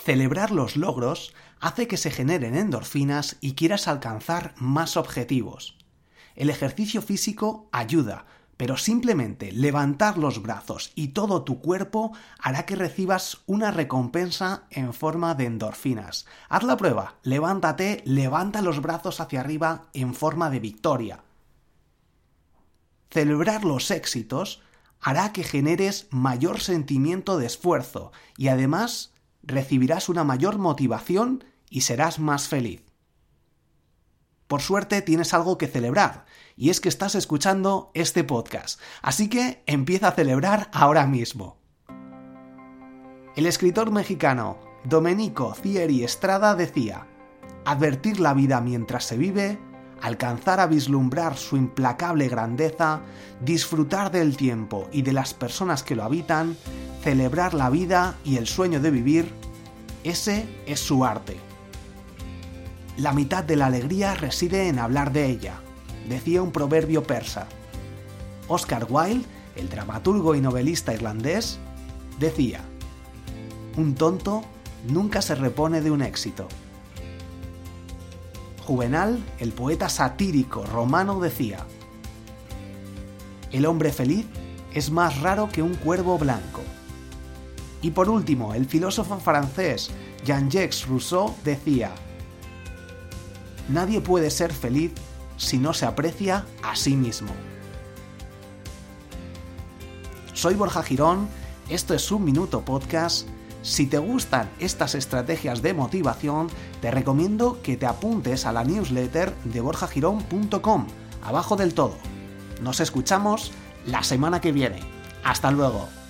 Celebrar los logros hace que se generen endorfinas y quieras alcanzar más objetivos. El ejercicio físico ayuda, pero simplemente levantar los brazos y todo tu cuerpo hará que recibas una recompensa en forma de endorfinas. Haz la prueba, levántate, levanta los brazos hacia arriba en forma de victoria. Celebrar los éxitos hará que generes mayor sentimiento de esfuerzo y además recibirás una mayor motivación y serás más feliz. Por suerte tienes algo que celebrar, y es que estás escuchando este podcast, así que empieza a celebrar ahora mismo. El escritor mexicano Domenico Thieri Estrada decía: advertir la vida mientras se vive, alcanzar a vislumbrar su implacable grandeza, disfrutar del tiempo y de las personas que lo habitan, celebrar la vida y el sueño de vivir, ese es su arte. La mitad de la alegría reside en hablar de ella, decía un proverbio persa. Oscar Wilde, el dramaturgo y novelista irlandés, decía: un tonto nunca se repone de un éxito. Juvenal, el poeta satírico romano, decía: el hombre feliz es más raro que un cuervo blanco. Y por último, el filósofo francés Jean-Jacques Rousseau decía: nadie puede ser feliz si no se aprecia a sí mismo. Soy Borja Girón, esto es Un Minuto Podcast. Si te gustan estas estrategias de motivación, te recomiendo que te apuntes a la newsletter de borjagirón.com, abajo del todo. Nos escuchamos la semana que viene. ¡Hasta luego!